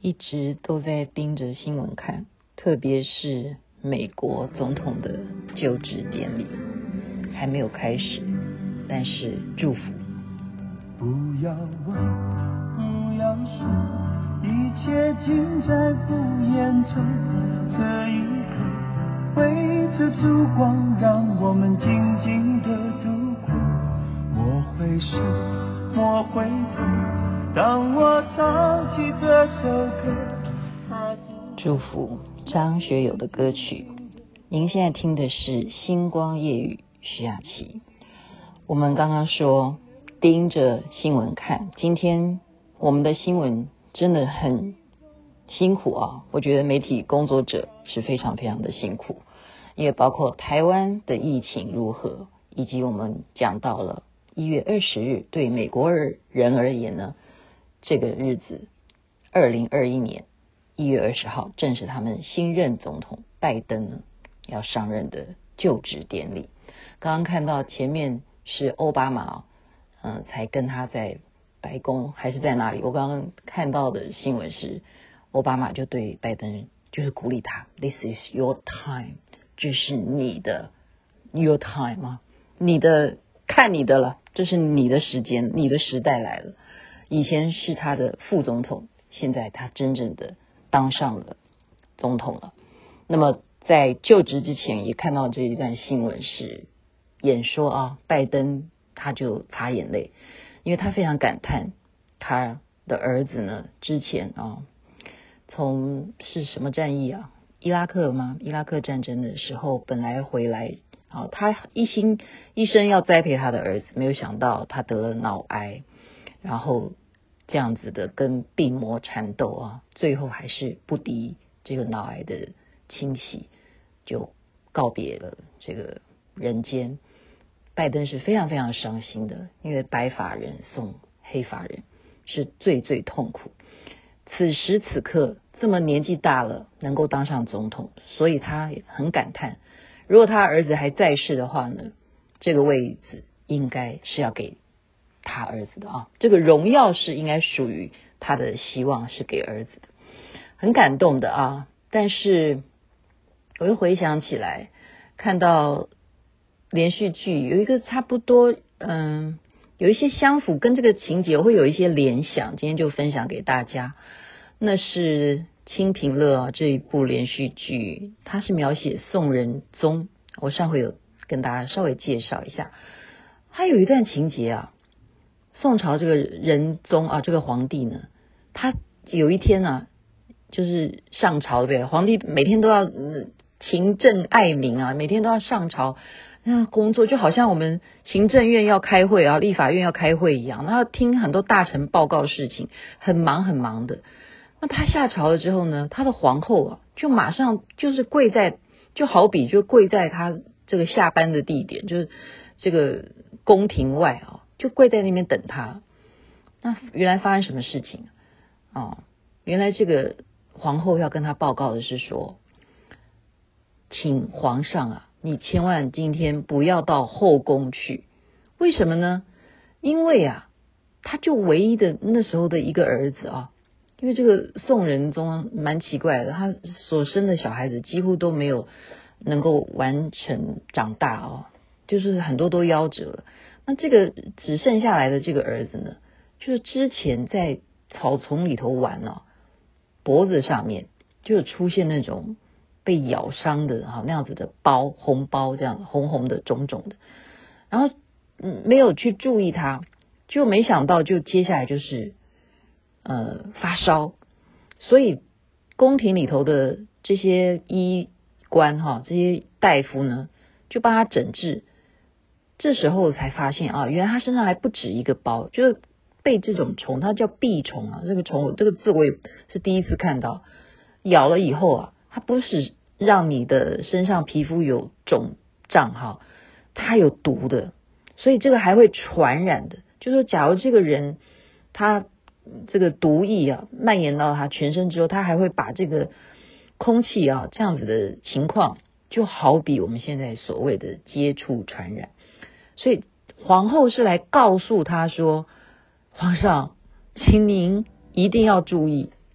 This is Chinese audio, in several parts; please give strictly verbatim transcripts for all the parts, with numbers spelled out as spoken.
一直都在盯着新闻看，特别是美国总统的就职典礼还没有开始，但是祝福。 不要问，不要说，一切尽在不言中。这一刻，围着烛光，让我们静静地度过。莫回首，莫回头，当我唱起这首歌。 祝福张学友的歌曲。您现在听的是《星光夜雨》，徐雅琪。我们刚刚说盯着新闻看，今天我们的新闻真的很辛苦啊！我觉得媒体工作者是非常非常的辛苦，因为包括台湾的疫情如何，以及我们讲到了一月二十日，对美国人而言呢，这个日子二零二一年一月二十号正是他们新任总统拜登呢要上任的就职典礼。刚刚看到前面是奥巴马，嗯、呃，才跟他在白宫还是在哪里？我刚刚看到的新闻是，奥巴马就对拜登就是鼓励他 ，This is your time， 这是你的 your time 啊，你的看你的了，这是你的时间，你的时代来了。以前是他的副总统，现在他真正的当上了总统了。那么在就职之前也看到这一段新闻是演说啊，拜登他就擦眼泪，因为他非常感叹他的儿子呢之前啊从是什么战役啊，伊拉克吗？伊拉克战争的时候本来回来啊，他一心一生要栽培他的儿子，没有想到他得了脑癌，然后这样子的跟病魔缠斗啊，最后还是不敌这个脑癌的侵袭，就告别了这个人间。拜登是非常非常伤心的，因为白发人送黑发人是最最痛苦。此时此刻这么年纪大了能够当上总统，所以他很感叹，如果他儿子还在世的话呢，这个位置应该是要给他儿子的啊，这个荣耀是应该属于他的，希望是给儿子的，很感动的啊。但是我又回想起来，看到连续剧有一个差不多，嗯，有一些相符，跟这个情节我会有一些联想，今天就分享给大家。那是《清平乐》啊，这一部连续剧，它是描写宋仁宗，我上回有跟大家稍微介绍一下。它有一段情节啊，宋朝这个仁宗啊，这个皇帝呢，他有一天啊，就是上朝，对不对？皇帝每天都要、嗯、勤政爱民啊，每天都要上朝，那工作就好像我们行政院要开会啊，立法院要开会一样，然后听很多大臣报告事情，很忙很忙的。那他下朝了之后呢，他的皇后啊，就马上就是跪在，就好比就跪在他这个下班的地点，就是这个宫廷外啊，就跪在那边等他。那原来发生什么事情啊？原来这个皇后要跟他报告的是说，请皇上啊，你千万今天不要到后宫去。为什么呢？因为啊，他就唯一的那时候的一个儿子啊，因为这个宋仁宗蛮奇怪的，他所生的小孩子几乎都没有能够完成长大哦，就是很多都夭折了。那这个只剩下来的这个儿子呢，就是之前在草丛里头玩哦，脖子上面就出现那种被咬伤的啊那样子的包，红包这样红红的肿肿的，然后嗯没有去注意他，就没想到就接下来就是呃发烧，所以宫廷里头的这些医官哈，这些大夫呢就帮他诊治。这时候才发现啊，原来他身上还不止一个包，就是被这种虫，它叫蜱虫啊，这个虫这个字我也是第一次看到，咬了以后啊，它不是让你的身上皮肤有肿胀哈，它有毒的，所以这个还会传染的，就是说假如这个人他这个毒液啊蔓延到他全身之后，他还会把这个空气啊这样子的情况，就好比我们现在所谓的接触传染。所以皇后是来告诉他说，皇上请您一定要注意，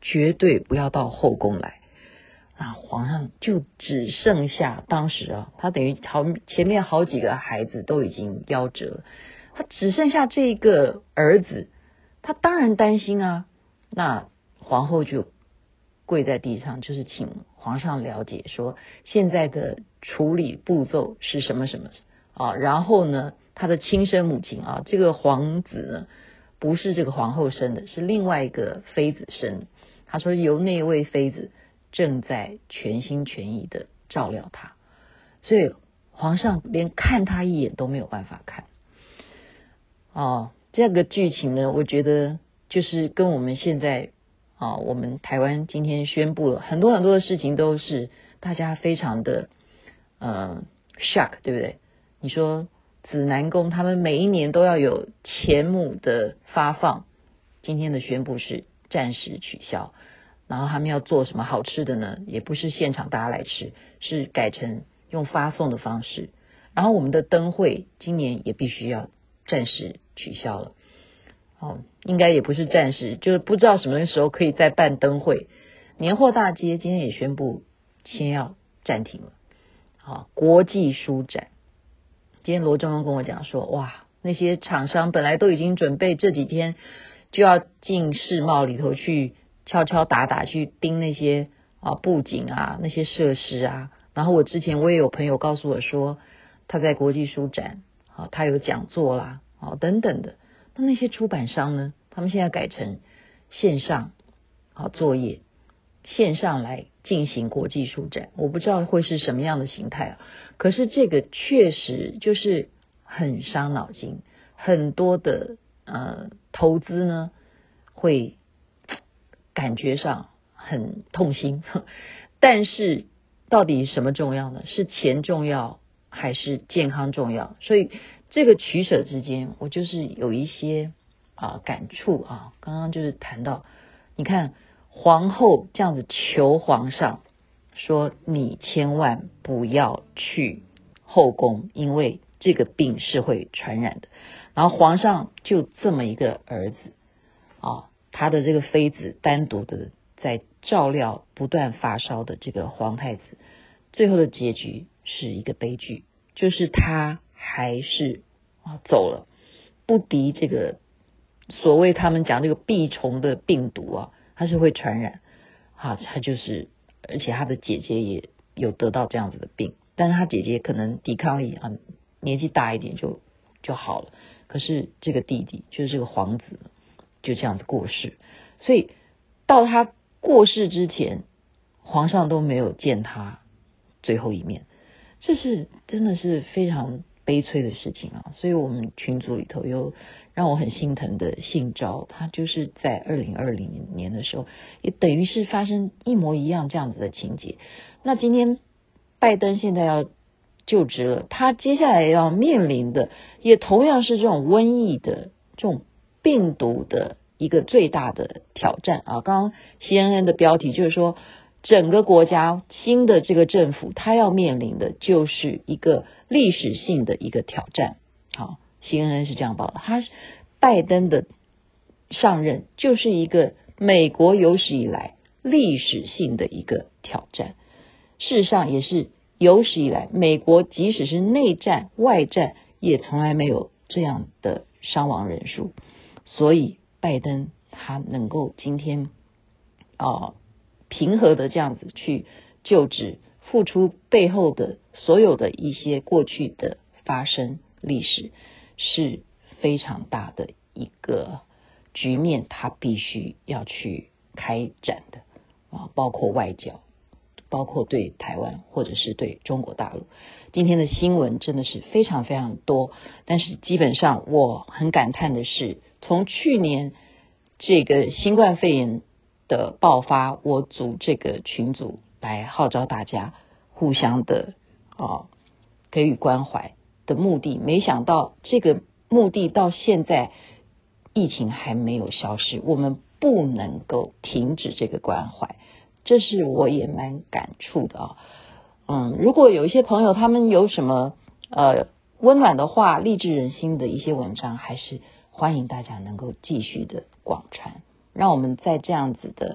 绝对不要到后宫来。那皇上就只剩下当时啊，他等于好前面好几个孩子都已经夭折了，他只剩下这个儿子，他当然担心啊。那皇后就跪在地上，就是请皇上了解说现在的处理步骤是什么什么啊。然后呢，他的亲生母亲啊，这个皇子呢不是这个皇后生的，是另外一个妃子生的。他说由那位妃子正在全心全意的照料他，所以皇上连看他一眼都没有办法看。哦，这个剧情呢，我觉得就是跟我们现在啊、哦，我们台湾今天宣布了很多很多的事情，都是大家非常的呃 shock， 对不对？你说紫南宫他们每一年都要有钱母的发放，今天的宣布是暂时取消。然后他们要做什么好吃的呢？也不是现场大家来吃，是改成用发送的方式。然后我们的灯会今年也必须要暂时取消了。哦，应该也不是暂时，就是不知道什么时候可以再办灯会。年货大街今天也宣布先要暂停了。好，国际书展，今天罗中庸跟我讲说，哇，那些厂商本来都已经准备这几天就要进世贸里头去敲敲打打去盯那些啊布景啊那些设施啊。然后我之前我也有朋友告诉我说，他在国际书展啊，他有讲座啦啊等等的。那那些出版商呢，他们现在改成线上啊作业，线上来进行国际书展，我不知道会是什么样的形态啊。可是这个确实就是很伤脑筋，很多的呃投资呢会感觉上很痛心，但是到底什么重要呢？是钱重要还是健康重要？所以这个取舍之间，我就是有一些啊感触啊。刚刚就是谈到，你看皇后这样子求皇上说，你千万不要去后宫，因为这个病是会传染的。然后皇上就这么一个儿子啊，他的这个妃子单独的在照料不断发烧的这个皇太子，最后的结局是一个悲剧，就是他还是啊走了，不敌这个所谓他们讲这个蜱虫的病毒啊，它是会传染啊，他就是而且他的姐姐也有得到这样子的病，但是他姐姐可能抵抗力啊年纪大一点就就好了，可是这个弟弟就是这个皇子就这样子过世，所以到他过世之前，皇上都没有见他最后一面，这是真的是非常悲催的事情啊！所以我们群组里头有让我很心疼的信昭，他就是在二零二零年的时候，也等于是发生一模一样这样子的情节。那今天拜登现在要就职了，他接下来要面临的也同样是这种瘟疫的这种病毒的一个最大的挑战啊！刚刚 C N N 的标题就是说，整个国家新的这个政府，他要面临的就是一个历史性的一个挑战。好 ，C N N 是这样报的，他拜登的上任就是一个美国有史以来历史性的一个挑战。事实上也是有史以来，美国即使是内战、外战，也从来没有这样的伤亡人数。所以拜登他能够今天啊、呃、平和的这样子去就职，付出背后的所有的一些过去的发生历史，是非常大的一个局面，他必须要去开展的啊，包括外交，包括对台湾或者是对中国大陆。今天的新闻真的是非常非常多，但是基本上我很感叹的是，从去年这个新冠肺炎的爆发，我组这个群组来号召大家互相的哦给予关怀的目的，没想到这个目的到现在疫情还没有消失，我们不能够停止这个关怀，这是我也蛮感触的啊。嗯，如果有一些朋友他们有什么呃温暖的话、励志人心的一些文章，还是欢迎大家能够继续的广传，让我们在这样子的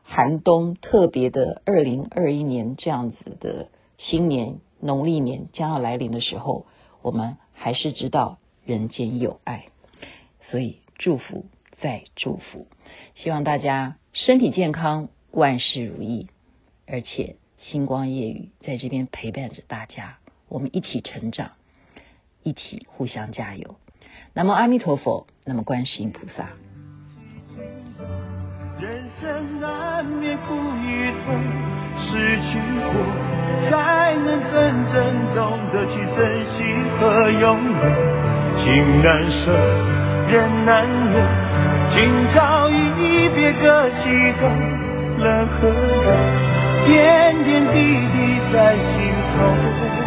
寒冬特别的二零二一年这样子的新年农历年将要来临的时候，我们还是知道人间有爱，所以祝福再祝福，希望大家身体健康，万事如意，而且星光夜语在这边陪伴着大家，我们一起成长，一起互相加油。南无阿弥陀佛，南无观世音菩萨。 人生难免苦与痛，失去过才能真正懂得去珍惜和拥有。情难舍，人难留，今朝一别各西东，人和人点点滴滴在心头。